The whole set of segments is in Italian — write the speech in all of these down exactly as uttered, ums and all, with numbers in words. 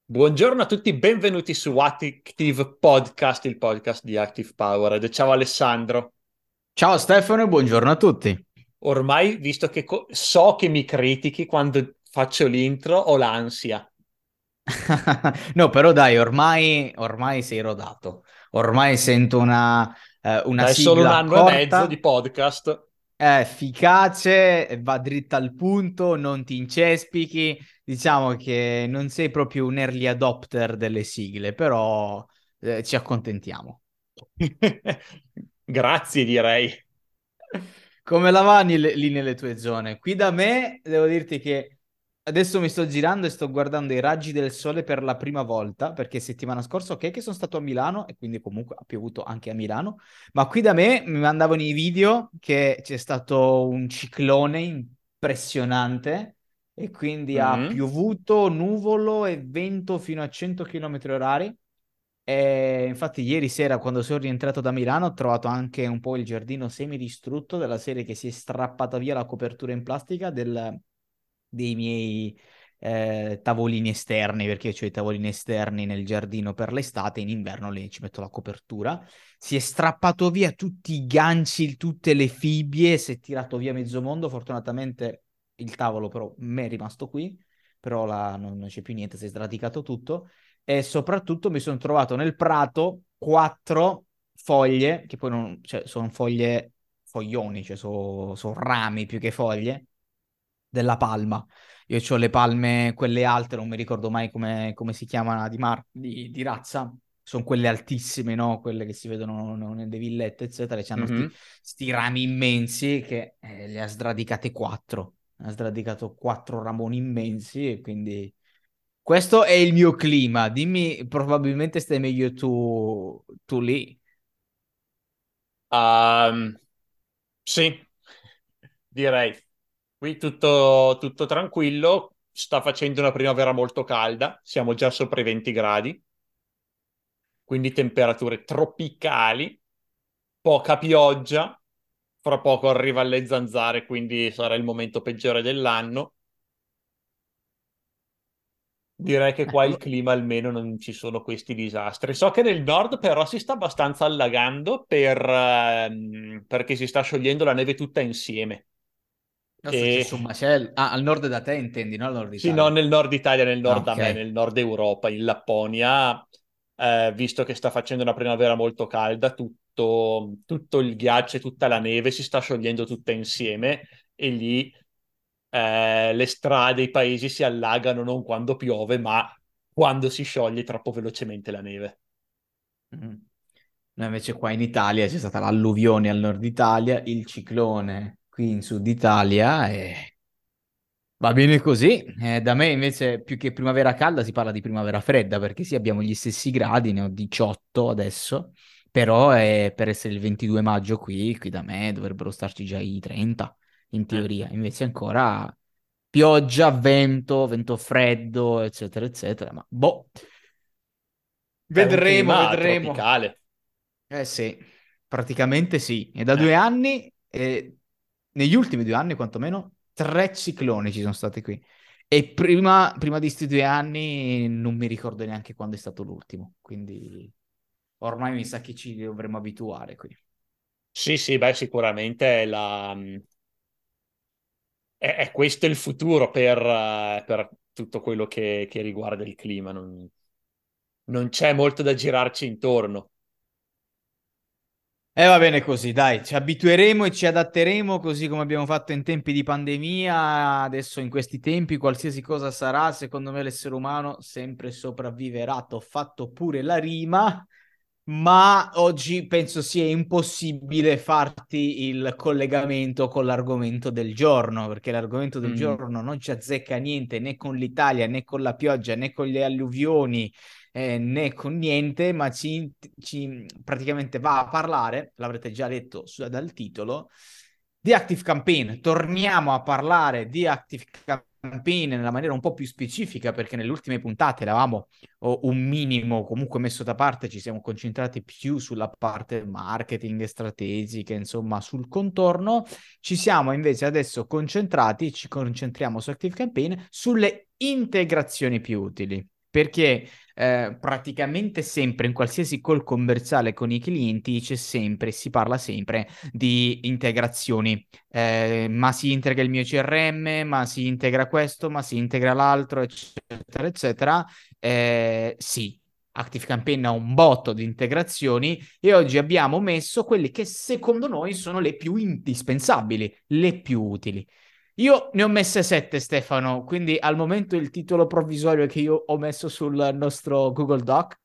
Buongiorno a tutti, benvenuti su Active Podcast, il podcast di Active Powered. Ciao Alessandro. Ciao Stefano e buongiorno a tutti. Ormai, visto che co- so che mi critichi quando faccio l'intro, ho l'ansia. No, però dai, ormai, ormai sei rodato. Ormai sento una, eh, una Dai, solo un sigla anno e mezzo di corta, podcast. è efficace, va dritta al punto, non ti incespichi. Diciamo che non sei proprio un early adopter delle sigle, però eh, ci accontentiamo. Grazie, direi. Come la va lì lì nelle tue zone? Qui da me devo dirti che adesso mi sto girando e sto guardando i raggi del sole per la prima volta, perché settimana scorsa, ok, che sono stato a Milano e quindi comunque ha piovuto anche a Milano, ma qui da me mi mandavano i video che c'è stato un ciclone impressionante e quindi ha Mm. piovuto, nuvolo e vento fino a cento chilometri orari. E infatti ieri sera quando sono rientrato da Milano ho trovato anche un po' il giardino semidistrutto della serie che si è strappata via la copertura in plastica del- dei miei eh, tavolini esterni, perché io ho i tavolini esterni nel giardino per l'estate, in inverno lì ci metto la copertura. Si è strappato via tutti i ganci, tutte le fibbie, si è tirato via mezzo mondo. Fortunatamente il tavolo però mi è rimasto qui, però là non, non c'è più niente, si è sradicato tutto e soprattutto mi sono trovato nel prato quattro foglie, che poi non, cioè, sono foglie, foglioni, cioè sono rami più che foglie, della palma. Io ho le palme, quelle alte, non mi ricordo mai come, come si chiamano di, mar- di, di razza. Sono quelle altissime, no? Quelle che si vedono no, nelle villette, eccetera. E hanno sti, Mhm. sti rami immensi che eh, le ha sradicate quattro. Ha sradicato quattro ramoni immensi e quindi questo è il mio clima. Dimmi, probabilmente stai meglio tu, tu lì. Ehm, sì, direi. Qui tutto, tutto tranquillo, sta facendo una primavera molto calda, siamo già sopra i venti gradi, quindi temperature tropicali, poca pioggia, fra poco arriva alle zanzare, quindi sarà il momento peggiore dell'anno. Direi che qua il Ecco, clima almeno non ci sono questi disastri. So che nel nord però si sta abbastanza allagando per, ehm, perché si sta sciogliendo la neve tutta insieme. è E successo un macello. Ah, al nord da te intendi, no? Al nord sì, non Italia. nel nord Italia, nel Ah, nord da me, ok. nel nord Europa, in Lapponia, eh, visto che sta facendo una primavera molto calda, tutto, tutto il ghiaccio e tutta la neve si sta sciogliendo tutta insieme e lì eh, le strade, i paesi si allagano non quando piove, ma quando si scioglie troppo velocemente la neve. Mm. Noi invece qua in Italia c'è stata l'alluvione al nord Italia, il ciclone qui in sud Italia e va bene così. Eh, da me invece più che primavera calda si parla di primavera fredda perché sì, abbiamo gli stessi gradi, ne ho diciotto adesso, però è per essere il ventidue maggio qui, qui da me dovrebbero starci già i trenta in Eh, teoria, invece ancora pioggia, vento, vento freddo, eccetera, eccetera, ma boh, è un vedremo, clima vedremo. tropicale. Eh sì, praticamente sì. E da Eh, due anni, eh, negli ultimi due anni quantomeno, tre cicloni ci sono stati qui. E prima, prima di questi due anni non mi ricordo neanche quando è stato l'ultimo. Quindi ormai mi sa che ci dovremmo abituare qui. sì, sì, beh, sicuramente è la, è, è questo il futuro per, eh, per tutto quello che, che riguarda il clima. Non, non c'è molto da girarci intorno. E va bene così, dai, ci abitueremo e ci adatteremo così come abbiamo fatto in tempi di pandemia. Adesso in questi tempi, qualsiasi cosa sarà, secondo me l'essere umano sempre sopravviverà. T'ho fatto pure la rima, ma oggi penso sia impossibile farti il collegamento con l'argomento del giorno, perché l'argomento del Mm. giorno non ci azzecca niente né con l'Italia, né con la pioggia, né con le alluvioni eh, né con niente, ma ci, ci praticamente va a parlare, l'avrete già letto su- dal titolo, di Active Campaign. Torniamo a parlare di Active Campaign nella maniera un po' più specifica, perché nelle ultime puntate eravamo o un minimo comunque messo da parte, ci siamo concentrati più sulla parte marketing, strategica, insomma, sul contorno. Ci siamo invece adesso concentrati, ci concentriamo su Active Campaign, sulle integrazioni più utili. perché eh, praticamente sempre in qualsiasi call commerciale con i clienti c'è sempre, si parla sempre di integrazioni. Eh, ma si integra il mio C R M, ma si integra questo, ma si integra l'altro, eccetera, eccetera. Eh, sì, ActiveCampaign ha un botto di integrazioni e oggi abbiamo messo quelle che secondo noi sono le più indispensabili, le più utili. Io ne ho messe sette, Stefano, quindi al momento il titolo provvisorio che io ho messo sul nostro Google Doc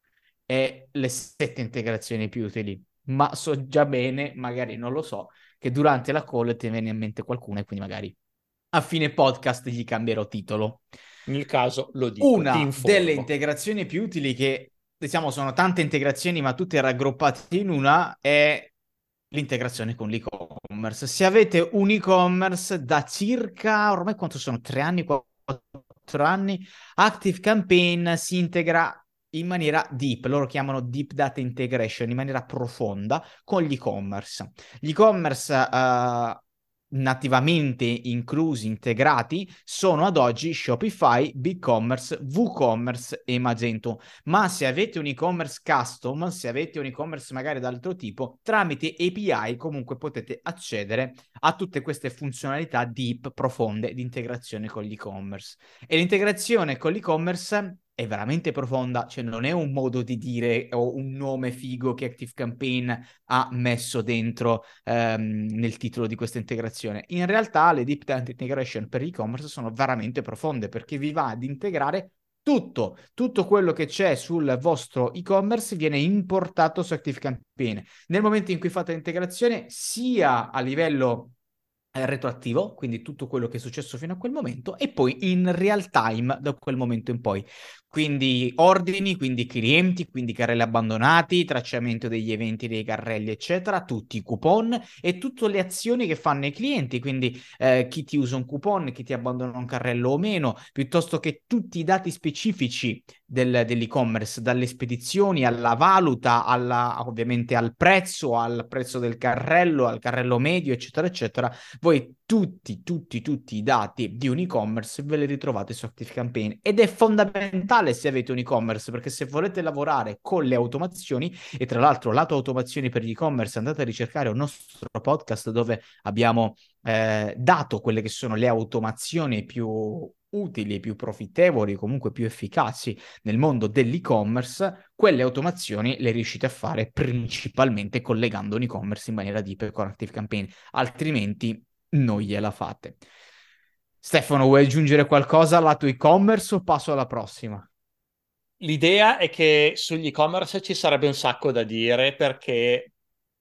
è le sette integrazioni più utili, ma so già bene, magari non lo so, che durante la call ti viene in mente qualcuna e quindi magari a fine podcast gli cambierò titolo. Nel caso lo dico, ti Una delle informo. integrazioni più utili che, diciamo, sono tante integrazioni, ma tutte raggruppate in una, è l'integrazione con l'e-commerce. Se avete un e-commerce da circa, ormai quanto sono? Tre anni, quattro anni, ActiveCampaign si integra in maniera deep, loro chiamano deep data integration, in maniera profonda con gli e-commerce. Gli e-commerce uh, nativamente inclusi, integrati, sono ad oggi Shopify, BigCommerce, WooCommerce e Magento. Ma se avete un e-commerce custom, se avete un e-commerce magari d'altro tipo, tramite A P I comunque potete accedere a tutte queste funzionalità deep, profonde di integrazione con l'e-commerce. E l'integrazione con l'e-commerce è veramente profonda, cioè non è un modo di dire o un nome figo che ActiveCampaign ha messo dentro ehm, nel titolo di questa integrazione. In realtà le deep data integration per e-commerce sono veramente profonde perché vi va ad integrare tutto, tutto quello che c'è sul vostro e-commerce viene importato su ActiveCampaign. Nel momento in cui fate l'integrazione, sia a livello eh, retroattivo, quindi tutto quello che è successo fino a quel momento, e poi in real time da quel momento in poi. Quindi ordini, quindi clienti, quindi carrelli abbandonati, tracciamento degli eventi dei carrelli, eccetera, tutti i coupon e tutte le azioni che fanno i clienti, quindi eh, chi ti usa un coupon, chi ti abbandona un carrello o meno, piuttosto che tutti i dati specifici del, dell'e-commerce, dalle spedizioni alla valuta, alla, ovviamente al prezzo, al prezzo del carrello, al carrello medio, eccetera, eccetera. Voi tutti, tutti, tutti i dati di un e-commerce ve li ritrovate su ActiveCampaign ed è fondamentale se avete un e-commerce perché se volete lavorare con le automazioni e tra l'altro lato automazioni per gli e-commerce andate a ricercare un nostro podcast dove abbiamo eh, dato quelle che sono le automazioni più utili, più profittevoli, comunque più efficaci nel mondo dell'e-commerce, quelle automazioni le riuscite a fare principalmente collegando un e-commerce in maniera deep con ActiveCampaign, altrimenti non gliela fate. Stefano, vuoi aggiungere qualcosa al lato e-commerce o passo alla prossima? L'idea è che sugli e-commerce ci sarebbe un sacco da dire perché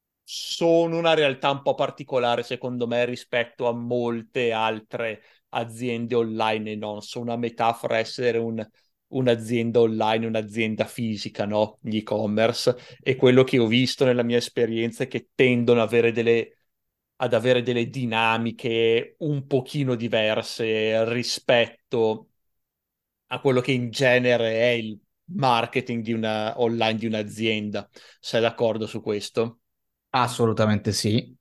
sono una realtà un po' particolare, secondo me, rispetto a molte altre aziende online e non. Sono una metafora essere un- un'azienda online, un'azienda fisica, no? Gli e-commerce. E quello che ho visto nella mia esperienza è che tendono ad avere delle, ad avere delle dinamiche un pochino diverse rispetto a quello che in genere è il marketing di una online di un'azienda. Sei d'accordo su questo? Assolutamente sì.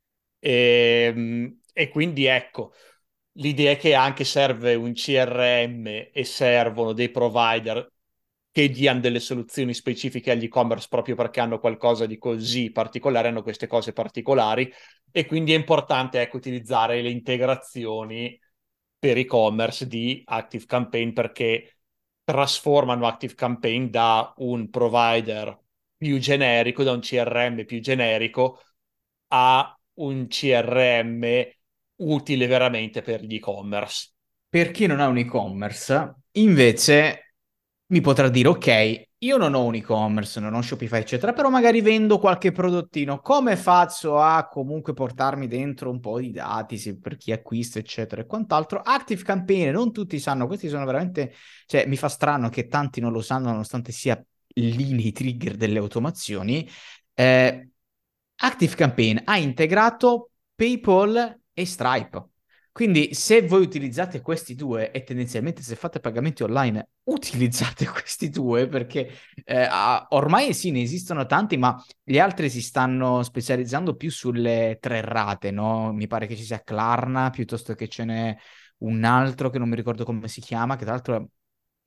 E, e quindi ecco, l'idea è che anche serve un C R M e servono dei provider che diano delle soluzioni specifiche agli e-commerce proprio perché hanno qualcosa di così particolare, hanno queste cose particolari e quindi è importante ecco, utilizzare le integrazioni per e-commerce di ActiveCampaign perché trasformano ActiveCampaign da un provider più generico, da un C R M più generico a un C R M utile veramente per gli e-commerce. Per chi non ha un e-commerce, invece mi potrà dire, ok, io non ho un e-commerce, non ho Shopify, eccetera, però magari vendo qualche prodottino. Come faccio a comunque portarmi dentro un po' di dati se- per chi acquista, eccetera, e quant'altro? Active Campaign, non tutti sanno, questi sono veramente, cioè mi fa strano che tanti non lo sanno, nonostante sia lì nei trigger delle automazioni. Eh, Active Campaign ha integrato PayPal e Stripe. Quindi se voi utilizzate questi due e tendenzialmente se fate pagamenti online utilizzate questi due perché eh, ah, ormai sì ne esistono tanti ma gli altri si stanno specializzando più sulle tre rate, no? Mi pare che ci sia Klarna piuttosto che ce n'è un altro che non mi ricordo come si chiama, che tra l'altro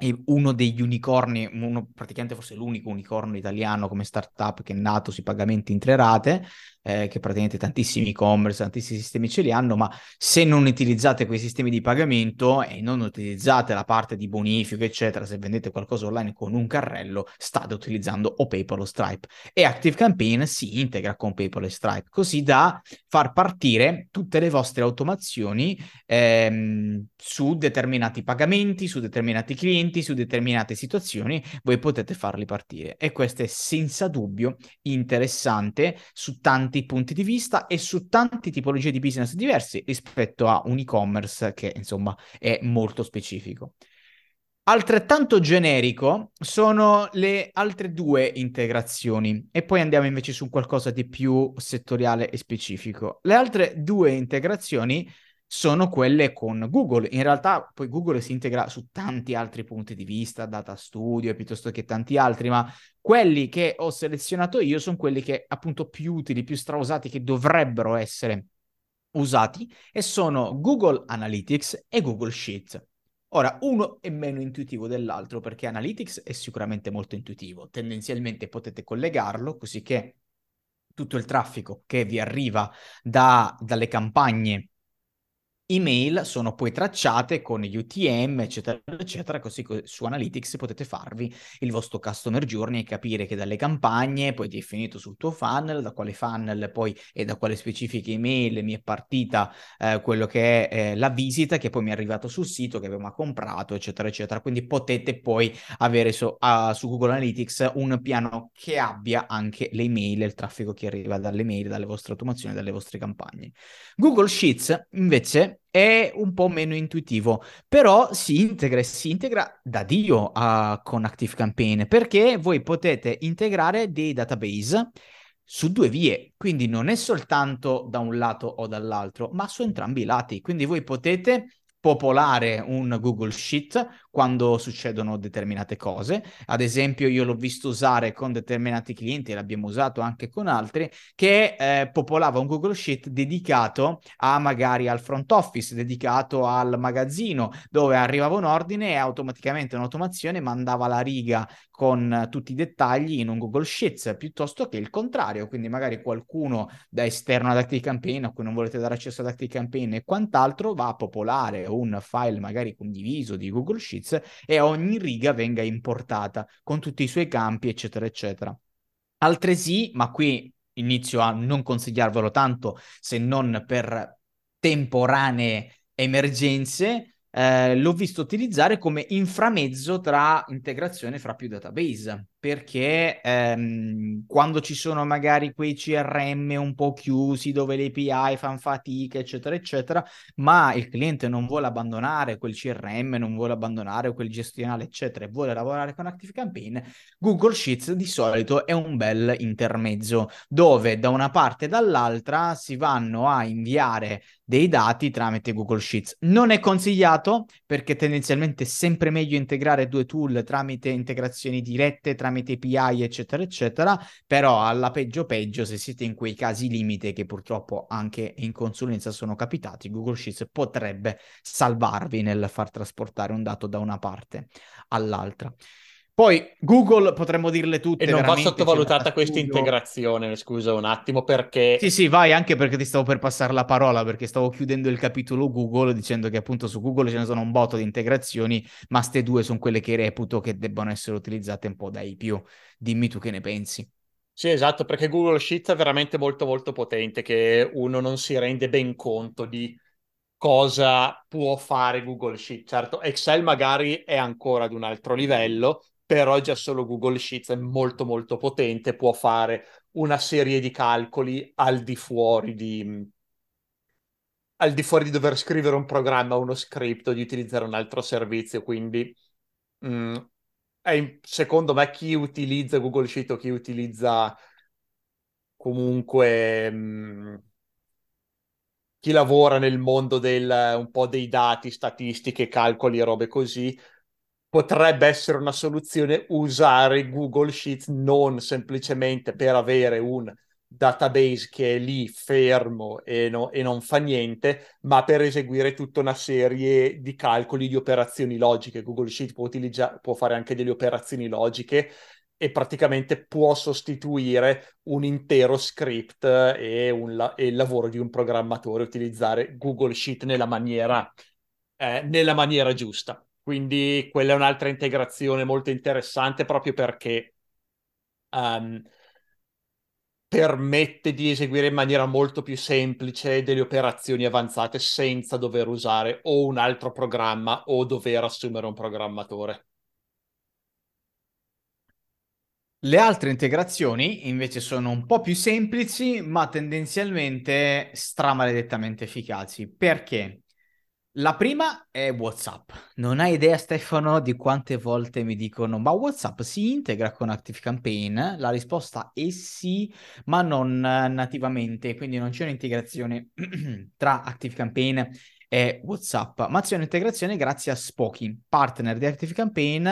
è uno degli unicorni, uno, praticamente forse l'unico unicorno italiano come startup che è nato sui pagamenti in tre rate, eh, che praticamente tantissimi e-commerce, tantissimi sistemi ce li hanno, ma se non utilizzate quei sistemi di pagamento e non utilizzate la parte di bonifico, eccetera, se vendete qualcosa online con un carrello, state utilizzando o PayPal o Stripe. E ActiveCampaign si integra con PayPal e Stripe, così da far partire tutte le vostre automazioni ehm, su determinati pagamenti, su determinati clienti, su determinate situazioni, voi potete farli partire. E questo è senza dubbio interessante su tanti punti di vista e su tante tipologie di business diversi rispetto a un e-commerce che insomma è molto specifico. Altrettanto generico sono le altre due integrazioni e poi andiamo invece su qualcosa di più settoriale e specifico. Le altre due integrazioni sono quelle con Google. In realtà poi Google si integra su tanti altri punti di vista, Data Studio piuttosto che tanti altri, ma quelli che ho selezionato io sono quelli che appunto più utili, più strausati, che dovrebbero essere usati e sono Google Analytics e Google Sheet. Ora, uno è meno intuitivo dell'altro perché Analytics è sicuramente molto intuitivo. Tendenzialmente potete collegarlo così che tutto il traffico che vi arriva da, dalle campagne email sono poi tracciate con gli U T M, eccetera, eccetera, così su Analytics potete farvi il vostro customer journey e capire che dalle campagne poi ti è finito sul tuo funnel, da quale funnel poi e da quale specifiche email mi è partita eh, quello che è eh, la visita che poi mi è arrivato sul sito che avevo comprato, eccetera, eccetera. Quindi potete poi avere so, uh, su Google Analytics un piano che abbia anche le email e il traffico che arriva dalle mail, dalle vostre automazioni, dalle vostre campagne. Google Sheets invece è un po' meno intuitivo, però si integra e si integra da Dio uh, con ActiveCampaign perché voi potete integrare dei database su due vie, quindi non è soltanto da un lato o dall'altro, ma su entrambi i lati. Quindi voi potete popolare un Google Sheet quando succedono determinate cose. Ad esempio, io l'ho visto usare con determinati clienti, l'abbiamo usato anche con altri, che eh, popolava un Google Sheet dedicato a magari al front office, dedicato al magazzino, dove arrivava un ordine e automaticamente un'automazione mandava la riga con tutti i dettagli in un Google Sheets, piuttosto che il contrario, quindi magari qualcuno da esterno ad ActiveCampaign a cui non volete dare accesso ad ActiveCampaign e quant'altro va a popolare un file magari condiviso di Google Sheets e ogni riga venga importata con tutti i suoi campi, eccetera, eccetera. Altresì, ma qui inizio a non consigliarvelo tanto se non per temporanee emergenze, eh, l'ho visto utilizzare come inframezzo tra integrazione fra più database, perché ehm, quando ci sono magari quei C R M un po' chiusi dove le A P I fanno fatica, eccetera, eccetera, ma il cliente non vuole abbandonare quel C R M, non vuole abbandonare quel gestionale, eccetera, e vuole lavorare con ActiveCampaign, Google Sheets di solito è un bel intermezzo dove da una parte e dall'altra si vanno a inviare dei dati tramite Google Sheets. Non è consigliato perché tendenzialmente è sempre meglio integrare due tool tramite integrazioni dirette, tramite A P I, eccetera, eccetera, però alla peggio peggio, se siete in quei casi limite che purtroppo anche in consulenza sono capitati, Google Sheets potrebbe salvarvi nel far trasportare un dato da una parte all'altra. Poi Google potremmo dirle E tutte, non va veramente c'è Data sottovalutata questa Studio. integrazione, scusa un attimo, Sì, perché sì, vai anche perché ti stavo per passare la parola, perché stavo chiudendo il capitolo Google dicendo che appunto su Google ce ne sono un botto di integrazioni, ma ste due sono quelle che reputo che debbano essere utilizzate un po' dai più. Dimmi tu che ne pensi. sì, esatto, perché Google Sheets è veramente molto molto potente, che uno non si rende ben conto di cosa può fare Google Sheets. Certo, Excel magari è ancora ad un altro livello, però già solo Google Sheets è molto molto potente, può fare una serie di calcoli al di fuori di, al di fuori di dover scrivere un programma, uno script o di utilizzare un altro servizio. Quindi, mh, è- secondo me, chi utilizza Google Sheet o chi utilizza comunque, mh, chi lavora nel mondo del, un po' dei dati, statistiche, calcoli e robe così, potrebbe essere una soluzione usare Google Sheets non semplicemente per avere un database che è lì fermo e, no- e non fa niente, ma per eseguire tutta una serie di calcoli di operazioni logiche. Google Sheet può, utilizza- può fare anche delle operazioni logiche e praticamente può sostituire un intero script e, un la- e il lavoro di un programmatore, utilizzare Google Sheet nella maniera, eh, nella maniera giusta. Quindi quella è un'altra integrazione molto interessante proprio perché ehm, permette di eseguire in maniera molto più semplice delle operazioni avanzate senza dover usare o un altro programma o dover assumere un programmatore. Le altre integrazioni invece sono un po' più semplici, ma tendenzialmente stramaledettamente efficaci. Perché? La prima è WhatsApp. Non hai idea, Stefano, di quante volte mi dicono: ma WhatsApp si integra con ActiveCampaign? La risposta è sì, ma non eh, nativamente, quindi non c'è un'integrazione tra ActiveCampaign e WhatsApp, ma c'è un'integrazione grazie a Spoky, partner di ActiveCampaign,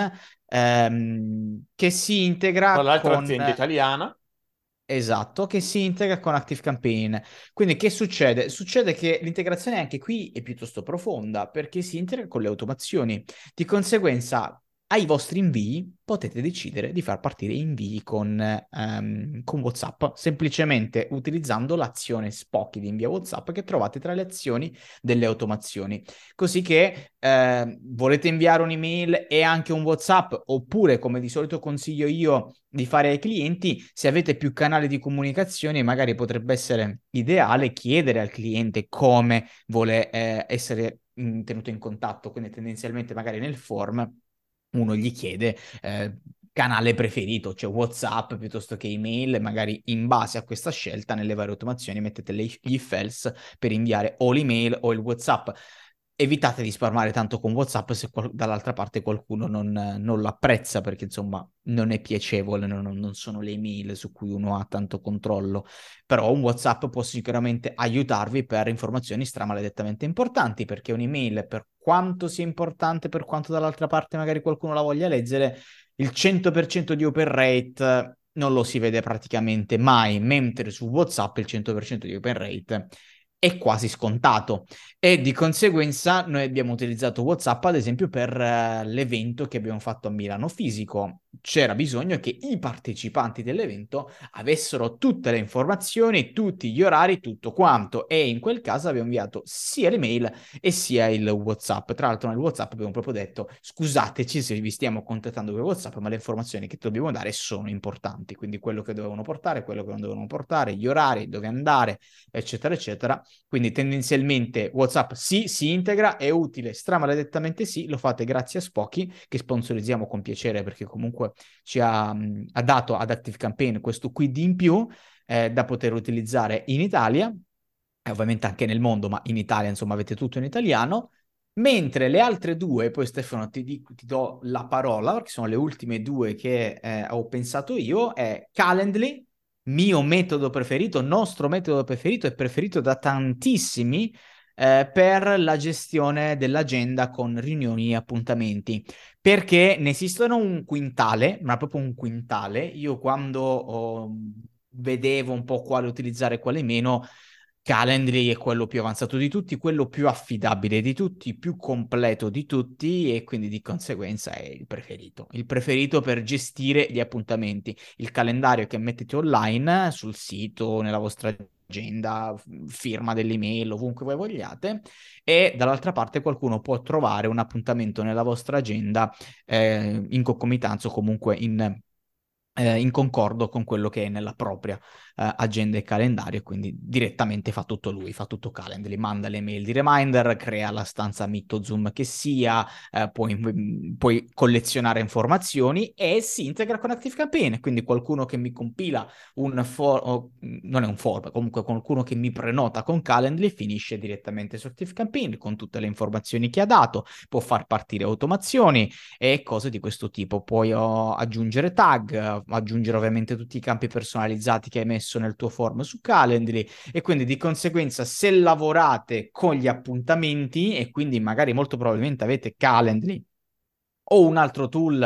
ehm, che si Tra integra l'altro con... azienda italiana, Esatto, che si integra con ActiveCampaign. Quindi che succede? Succede che l'integrazione anche qui è piuttosto profonda perché si integra con le automazioni. Di conseguenza, ai vostri invii potete decidere di far partire invii con, ehm, con WhatsApp, semplicemente utilizzando l'azione Spocky di invia WhatsApp che trovate tra le azioni delle automazioni. Così che eh, volete inviare un'email e anche un WhatsApp, oppure, come di solito consiglio io di fare ai clienti, se avete più canali di comunicazione, magari potrebbe essere ideale chiedere al cliente come vuole eh, essere in, tenuto in contatto. Quindi tendenzialmente magari nel form uno gli chiede eh, canale preferito, cioè WhatsApp piuttosto che email, magari in base a questa scelta nelle varie automazioni mettete le, gli if else per inviare o l'email o il WhatsApp. Evitate di spalmare tanto con WhatsApp se qual- dall'altra parte qualcuno non, non l'apprezza, perché insomma non è piacevole, non, non sono le email su cui uno ha tanto controllo. Però un WhatsApp può sicuramente aiutarvi per informazioni stramaledettamente importanti, perché un'email, per quanto sia importante, per quanto dall'altra parte magari qualcuno la voglia leggere, il cento per cento di open rate non lo si vede praticamente mai, mentre su WhatsApp il cento per cento di open rate è quasi scontato. E di conseguenza noi abbiamo utilizzato WhatsApp, ad esempio, per eh, l'evento che abbiamo fatto a Milano fisico. C'era bisogno che i partecipanti dell'evento avessero tutte le informazioni, tutti gli orari, tutto quanto. E in quel caso abbiamo inviato sia l'email e sia il WhatsApp. Tra l'altro nel WhatsApp abbiamo proprio detto: scusateci se vi stiamo contattando per WhatsApp, ma le informazioni che dobbiamo dare sono importanti. Quindi quello che dovevano portare, quello che non dovevano portare, gli orari, dove andare, eccetera, eccetera. Quindi tendenzialmente WhatsApp sì, si integra, è utile, stramaledettamente sì, lo fate grazie a Spocky, che sponsorizziamo con piacere perché comunque ci ha, mh, ha dato ad ActiveCampaign questo quid in più eh, da poter utilizzare in Italia, e ovviamente anche nel mondo, ma in Italia insomma avete tutto in italiano. Mentre le altre due, poi Stefano ti, dico, ti do la parola, perché sono le ultime due che eh, ho pensato io, è Calendly, mio metodo preferito, nostro metodo preferito e preferito da tantissimi eh, per la gestione dell'agenda con riunioni e appuntamenti, perché ne esistono un quintale, ma proprio un quintale. Io quando oh, vedevo un po' quale utilizzare e quale meno, Calendly è quello più avanzato di tutti, quello più affidabile di tutti, più completo di tutti e quindi di conseguenza è il preferito. Il preferito per gestire gli appuntamenti. Il calendario che mettete online sul sito, nella vostra agenda, firma dell'email, ovunque voi vogliate, e dall'altra parte qualcuno può trovare un appuntamento nella vostra agenda eh, in concomitanza o comunque in eh, in concordo con quello che è nella propria eh, agenda e calendario, quindi direttamente fa tutto lui, fa tutto Calendly, manda le mail di reminder, crea la stanza Meet o Zoom che sia, eh, puoi, mm, puoi collezionare informazioni e si integra con ActiveCampaign, quindi qualcuno che mi compila un form, non è un form, comunque qualcuno che mi prenota con Calendly finisce direttamente su ActiveCampaign con tutte le informazioni che ha dato, può far partire automazioni e cose di questo tipo. Puoi oh, aggiungere tag, aggiungere ovviamente tutti i campi personalizzati che hai messo nel tuo form su Calendly e quindi di conseguenza se lavorate con gli appuntamenti e quindi magari molto probabilmente avete Calendly o un altro tool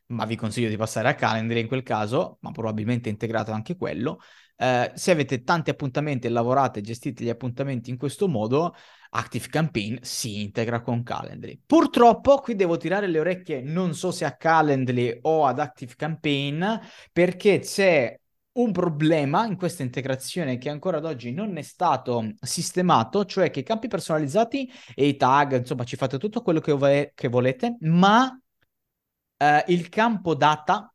ma vi consiglio di passare a Calendly in quel caso, ma probabilmente è integrato anche quello. Eh, se avete tanti appuntamenti e lavorate e gestite gli appuntamenti in questo modo, ActiveCampaign si integra con Calendly. Purtroppo qui devo tirare le orecchie, non so se a Calendly o ad ActiveCampaign, perché c'è un problema in questa integrazione che ancora ad oggi non è stato sistemato, cioè che i campi personalizzati e i tag, insomma, ci fate tutto quello che, vo- che volete, ma eh, il campo data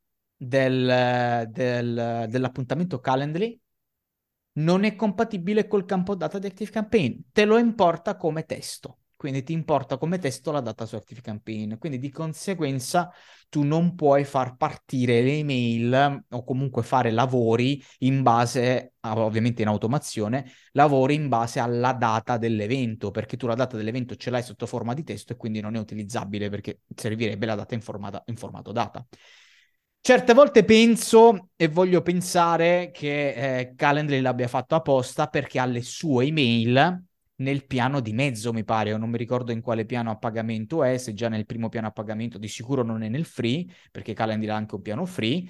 del- del- dell'appuntamento Calendly non è compatibile col campo data di ActiveCampaign, te lo importa come testo. Quindi ti importa come testo la data su ActiveCampaign. Quindi di conseguenza tu non puoi far partire le email o comunque fare lavori in base, a, ovviamente in automazione, lavori in base alla data dell'evento, perché tu la data dell'evento ce l'hai sotto forma di testo e quindi non è utilizzabile perché servirebbe la data in, formata, in formato data. Certe volte penso e voglio pensare che eh, Calendly l'abbia fatto apposta perché ha le sue email nel piano di mezzo, mi pare, o non mi ricordo in quale piano a pagamento è, se già nel primo piano a pagamento, di sicuro non è nel free, perché Calendly ha anche un piano free,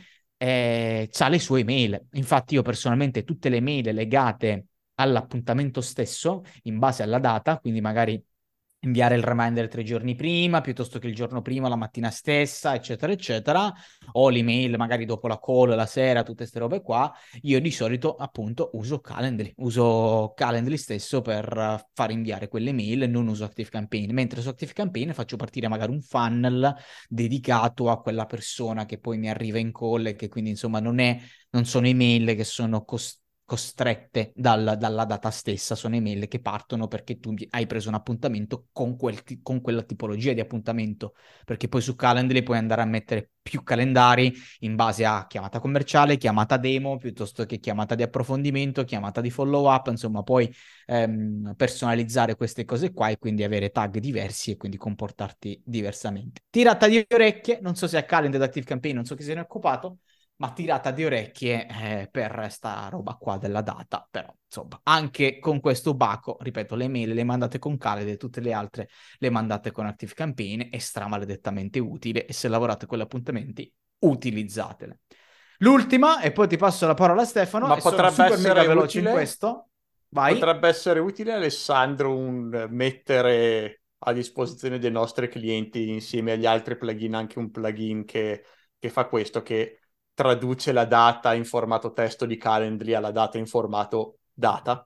eh, c'ha le sue email. Infatti io personalmente tutte le mail legate all'appuntamento stesso, in base alla data, quindi magari inviare il reminder tre giorni prima, piuttosto che il giorno prima, la mattina stessa, eccetera, eccetera, o l'email magari dopo la call, la sera, tutte queste robe qua, io di solito appunto uso Calendly, uso Calendly stesso per uh, far inviare quelle mail e non uso ActiveCampaign, mentre su ActiveCampaign faccio partire magari un funnel dedicato a quella persona che poi mi arriva in call e che quindi insomma non è, non sono email che sono costrette costrette dal, dalla data stessa, sono email che partono perché tu hai preso un appuntamento con, quel, con quella tipologia di appuntamento, perché poi su Calendly puoi andare a mettere più calendari in base a chiamata commerciale, chiamata demo, piuttosto che chiamata di approfondimento, chiamata di follow up, insomma puoi ehm, personalizzare queste cose qua e quindi avere tag diversi e quindi comportarti diversamente. Tirata di orecchie, non so se a Calendly ed ActiveCampaign, non so chi se ne è occupato, ma tirata di orecchie eh, per sta roba qua della data, però insomma, anche con questo baco, ripeto, le mail le mandate con Calendly e tutte le altre le mandate con ActiveCampaign, è stramaledettamente utile e se lavorate con gli appuntamenti, utilizzatele. L'ultima, e poi ti passo la parola a Stefano, Ma e sono potrebbe super mega essere veloce in utile, questo, vai. potrebbe essere utile Alessandro un, eh, mettere a disposizione dei nostri clienti insieme agli altri plugin anche un plugin che, che fa questo, che traduce la data in formato testo di Calendly alla data in formato data.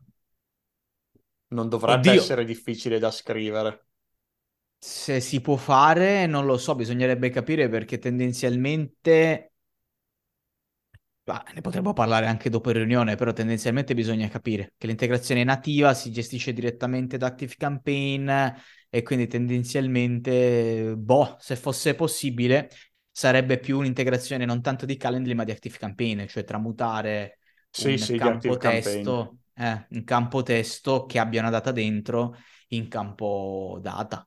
Non dovrebbe Oddio, essere difficile da scrivere. se si può fare, non lo so, bisognerebbe capire perché tendenzialmente bah, ne potremmo parlare anche dopo in riunione, però tendenzialmente bisogna capire che l'integrazione nativa si gestisce direttamente da ActiveCampaign e quindi tendenzialmente, boh, se fosse possibile, sarebbe più un'integrazione non tanto di Calendly ma di ActiveCampaign, cioè tramutare Sì, un sì, di Active campo Campaign. testo, eh, un campo testo che abbia una data dentro in campo data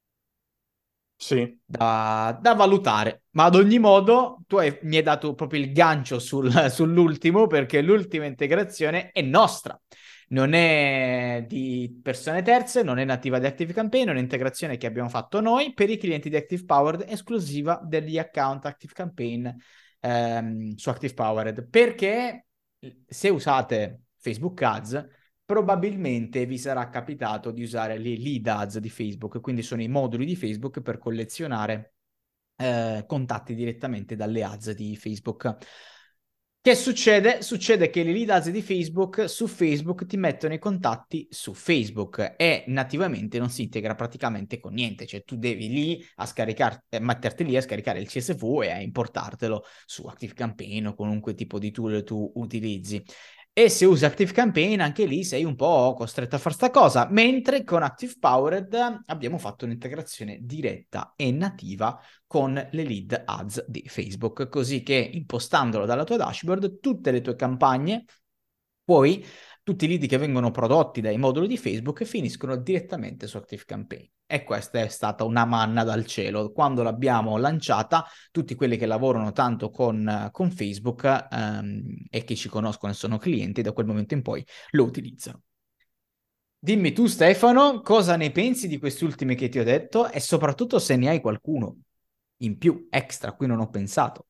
Sì, da, da valutare. Ma ad ogni modo, tu hai- mi hai dato proprio il gancio sul- sull'ultimo perché l'ultima integrazione è nostra. Non è di persone terze, non è nativa di ActiveCampaign, è un'integrazione che abbiamo fatto noi per i clienti di ActivePowered, esclusiva degli account ActiveCampaign ehm, su ActivePowered. Perché se usate Facebook Ads, probabilmente vi sarà capitato di usare le lead ads di Facebook, quindi sono i moduli di Facebook per collezionare eh, contatti direttamente dalle ads di Facebook. Che succede? Succede che le lead ads di Facebook su Facebook ti mettono i contatti su Facebook e nativamente non si integra praticamente con niente, cioè tu devi lì a scaricare, eh, metterti lì a scaricare il C S V e a importartelo su ActiveCampaign o qualunque tipo di tool tu utilizzi. E se usi ActiveCampaign anche lì sei un po' costretto a fare sta cosa, mentre con ActivePowered abbiamo fatto un'integrazione diretta e nativa con le lead ads di Facebook, così che impostandolo dalla tua dashboard, tutte le tue campagne, poi tutti i lead che vengono prodotti dai moduli di Facebook finiscono direttamente su ActiveCampaign. E questa è stata una manna dal cielo. Quando l'abbiamo lanciata, tutti quelli che lavorano tanto con, con Facebook ehm, e che ci conoscono e sono clienti, da quel momento in poi lo utilizzano. Dimmi tu, Stefano, cosa ne pensi di questi ultimi che ti ho detto e soprattutto se ne hai qualcuno. in più, extra, a cui non ho pensato.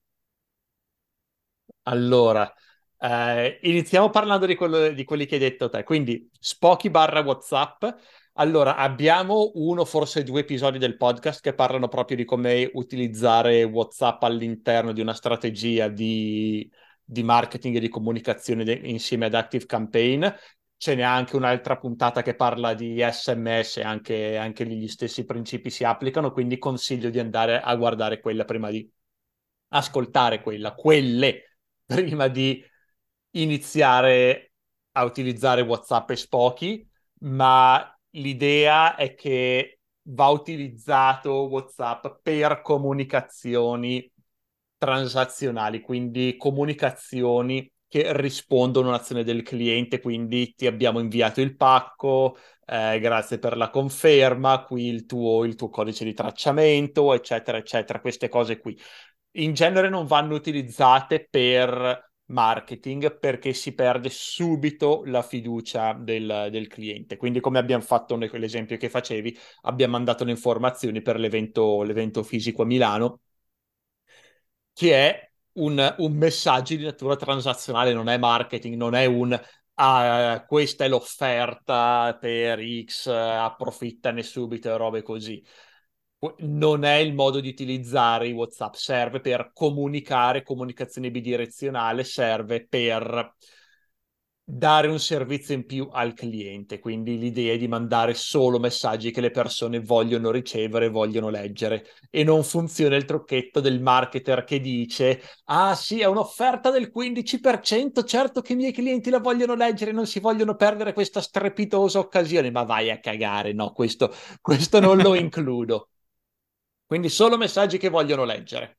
Allora, eh, iniziamo parlando di, quello- di quelli che hai detto te. Quindi, Spoky barra WhatsApp. Allora, abbiamo uno, forse due episodi del podcast che parlano proprio di come utilizzare WhatsApp all'interno di una strategia di, di marketing e di comunicazione de- insieme ad Active Campaign. Ce n'è anche un'altra puntata che parla di S M S, anche, anche lì gli stessi principi si applicano, quindi consiglio di andare a guardare quella prima di ascoltare quella, quelle prima di iniziare a utilizzare WhatsApp e Spoki, ma l'idea è che va utilizzato WhatsApp per comunicazioni transazionali, quindi comunicazioni che rispondono a un'azione del cliente, quindi ti abbiamo inviato il pacco, eh, grazie per la conferma, qui il tuo, il tuo codice di tracciamento, eccetera, eccetera, queste cose qui. In genere non vanno utilizzate per marketing perché si perde subito la fiducia del, del cliente. Quindi, come abbiamo fatto nell'esempio che facevi, abbiamo mandato le informazioni per l'evento, l'evento fisico a Milano, che è un, un messaggio di natura transazionale, non è marketing, non è un ah, questa è l'offerta per X, eh, approfittane subito e robe così. Non è il modo di utilizzare i WhatsApp, serve per comunicare, comunicazione bidirezionale, serve per dare un servizio in più al cliente, quindi l'idea è di mandare solo messaggi che le persone vogliono ricevere, vogliono leggere e non funziona il trucchetto del marketer che dice ah sì, è un'offerta del quindici per cento, certo che i miei clienti la vogliono leggere, non si vogliono perdere questa strepitosa occasione, ma vai a cagare, no, questo, questo non lo includo. Quindi solo messaggi che vogliono leggere.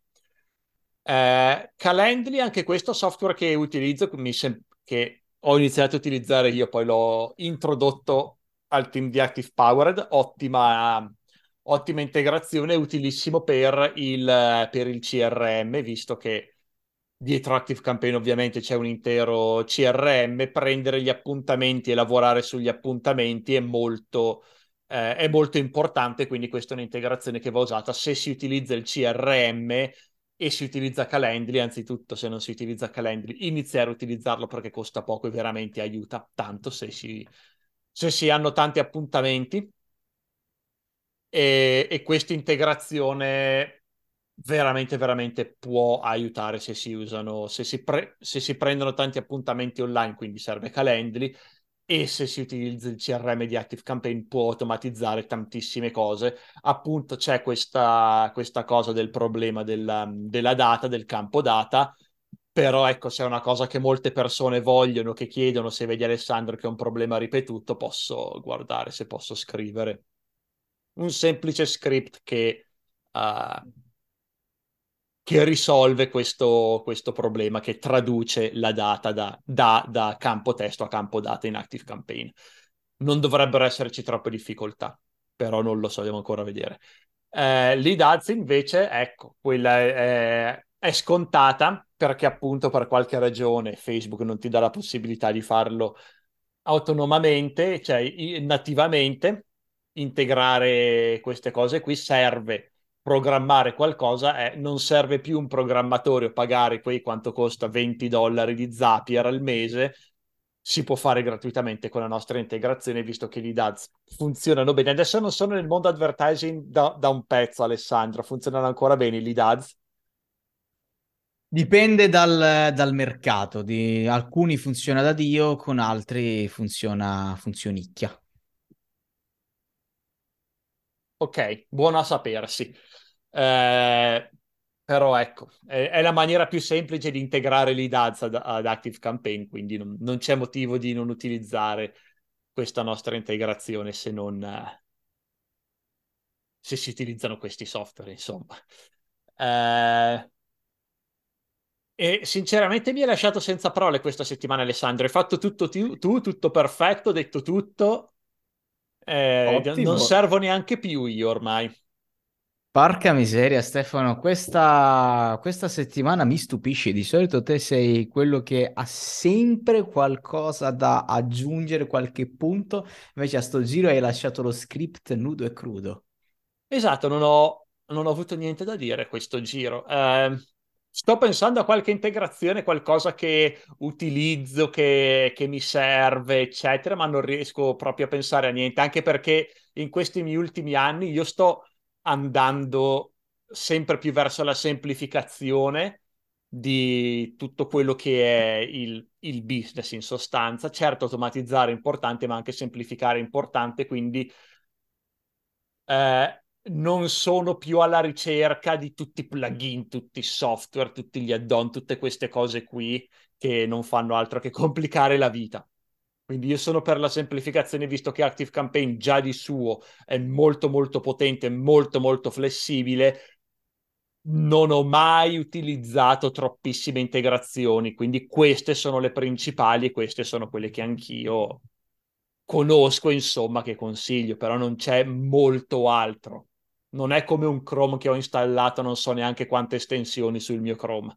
Eh, Calendly, anche questo software che utilizzo, mi sem- che ho iniziato a utilizzare io, poi l'ho introdotto al team di Active Powered, ottima, ottima integrazione, utilissimo per il, per il C R M, visto che dietro Active Campaign ovviamente c'è un intero C R M, prendere gli appuntamenti e lavorare sugli appuntamenti è molto, eh, è molto importante, quindi questa è un'integrazione che va usata se si utilizza il C R M e si utilizza Calendly, anzitutto se non si utilizza Calendly, iniziare a utilizzarlo perché costa poco e veramente aiuta tanto se si, se si hanno tanti appuntamenti e, e questa integrazione veramente, veramente può aiutare se si usano, se si, pre- se si prendono tanti appuntamenti online, quindi serve Calendly, e se si utilizza il C R M di ActiveCampaign può automatizzare tantissime cose. Appunto c'è questa, questa cosa del problema della, della data, del campo data, però ecco, se è una cosa che molte persone vogliono, che chiedono, se vedi Alessandro che è un problema ripetuto, posso guardare se posso scrivere un semplice script che, uh, che risolve questo, questo problema, che traduce la data da, da, da campo testo a campo data in Active Campaign. Non dovrebbero esserci troppe difficoltà, però non lo so, devo ancora vedere. Eh, Lead Ads invece, ecco, quella è, è, è scontata perché appunto per qualche ragione Facebook non ti dà la possibilità di farlo autonomamente, cioè i- nativamente, integrare queste cose qui serve programmare qualcosa, eh, non serve più un programmatore o pagare quei quanto costa venti dollari di Zapier al mese, si può fare gratuitamente con la nostra integrazione, visto che gli ads funzionano bene. Adesso non sono nel mondo advertising da, da un pezzo, Alessandro, funzionano ancora bene i lead ads? Dipende dal, dal mercato, di alcuni funziona da Dio, con altri funziona funzionicchia. Ok, buono a sapersi. Eh, però ecco, è, è la maniera più semplice di integrare lead ads ad, ad Active Campaign, quindi non, non c'è motivo di non utilizzare questa nostra integrazione se non, eh, se si utilizzano questi software, insomma. Eh, e sinceramente mi hai lasciato senza parole questa settimana, Alessandro. Hai fatto tutto tu, tu, tutto perfetto, detto tutto. Eh, non Ottimo. servo neanche più io ormai. Porca miseria, Stefano, questa, questa settimana mi stupisci. Di solito te sei quello che ha sempre qualcosa da aggiungere, qualche punto, invece a sto giro hai lasciato lo script nudo e crudo. Esatto, non ho, non ho avuto niente da dire questo giro. Eh, sto pensando a qualche integrazione, qualcosa che utilizzo, che, che mi serve, eccetera, ma non riesco proprio a pensare a niente, anche perché in questi miei ultimi anni io sto andando sempre più verso la semplificazione di tutto quello che è il, il business in sostanza. Certo, automatizzare è importante, ma anche semplificare è importante, quindi eh, non sono più alla ricerca di tutti i plugin, tutti i software, tutti gli add-on, tutte queste cose qui che non fanno altro che complicare la vita. Quindi io sono per la semplificazione, visto che ActiveCampaign già di suo è molto molto potente, molto molto flessibile. Non ho mai utilizzato troppissime integrazioni, quindi queste sono le principali e queste sono quelle che anch'io conosco, insomma, che consiglio, però non c'è molto altro. Non è come un Chrome che ho installato, non so neanche quante estensioni sul mio Chrome.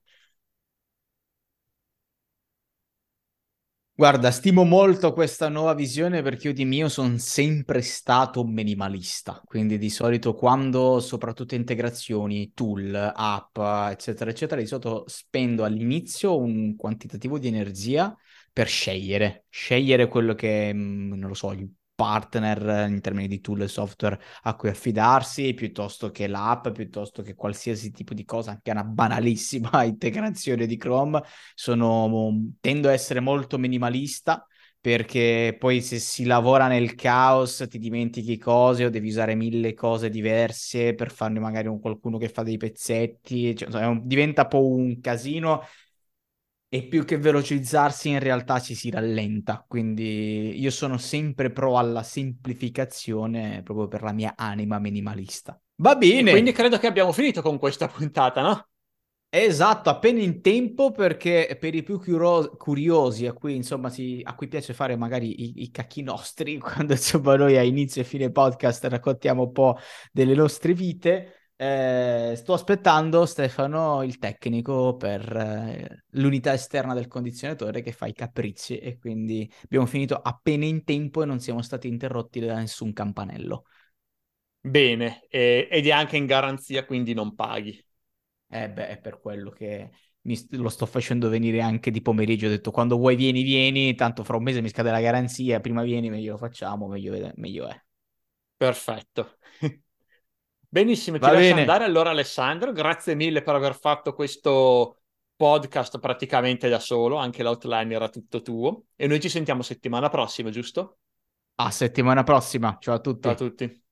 Guarda, stimo molto questa nuova visione perché io di mio sono sempre stato un minimalista, quindi di solito quando soprattutto integrazioni, tool, app, eccetera, eccetera, di solito spendo all'inizio un quantitativo di energia per scegliere, scegliere quello che, mm, non lo so, il partner in termini di tool e software a cui affidarsi, piuttosto che l'app, piuttosto che qualsiasi tipo di cosa, anche una banalissima integrazione di Chrome sono, tendo a essere molto minimalista perché poi se si lavora nel caos ti dimentichi cose o devi usare mille cose diverse per farne magari un qualcuno che fa dei pezzetti, cioè, insomma, è un- diventa un po' un casino e più che velocizzarsi in realtà ci si rallenta, quindi io sono sempre pro alla semplificazione proprio per la mia anima minimalista. Va E quindi bene! credo che abbiamo finito con questa puntata, no? Esatto, appena in tempo perché per i più curo- curiosi a cui insomma si, a cui piace fare magari i, i cacchi nostri, quando insomma noi a inizio e fine podcast raccontiamo un po' delle nostre vite, eh, sto aspettando Stefano, il tecnico, per eh, l'unità esterna del condizionatore che fa i capricci e quindi abbiamo finito appena in tempo e non siamo stati interrotti da nessun campanello. Bene, e- ed è anche in garanzia, quindi non paghi. Eh beh, è per quello che mi st- lo sto facendo venire anche di pomeriggio. Ho detto quando vuoi vieni, vieni. Tanto fra un mese mi scade la garanzia. Prima vieni, meglio lo facciamo, meglio, è- meglio è. Perfetto. Benissimo, ti Va lascio bene. andare allora Alessandro, grazie mille per aver fatto questo podcast praticamente da solo, anche l'outline era tutto tuo e noi ci sentiamo settimana prossima, giusto? A settimana prossima. Ciao a Ciao a tutti. tutti.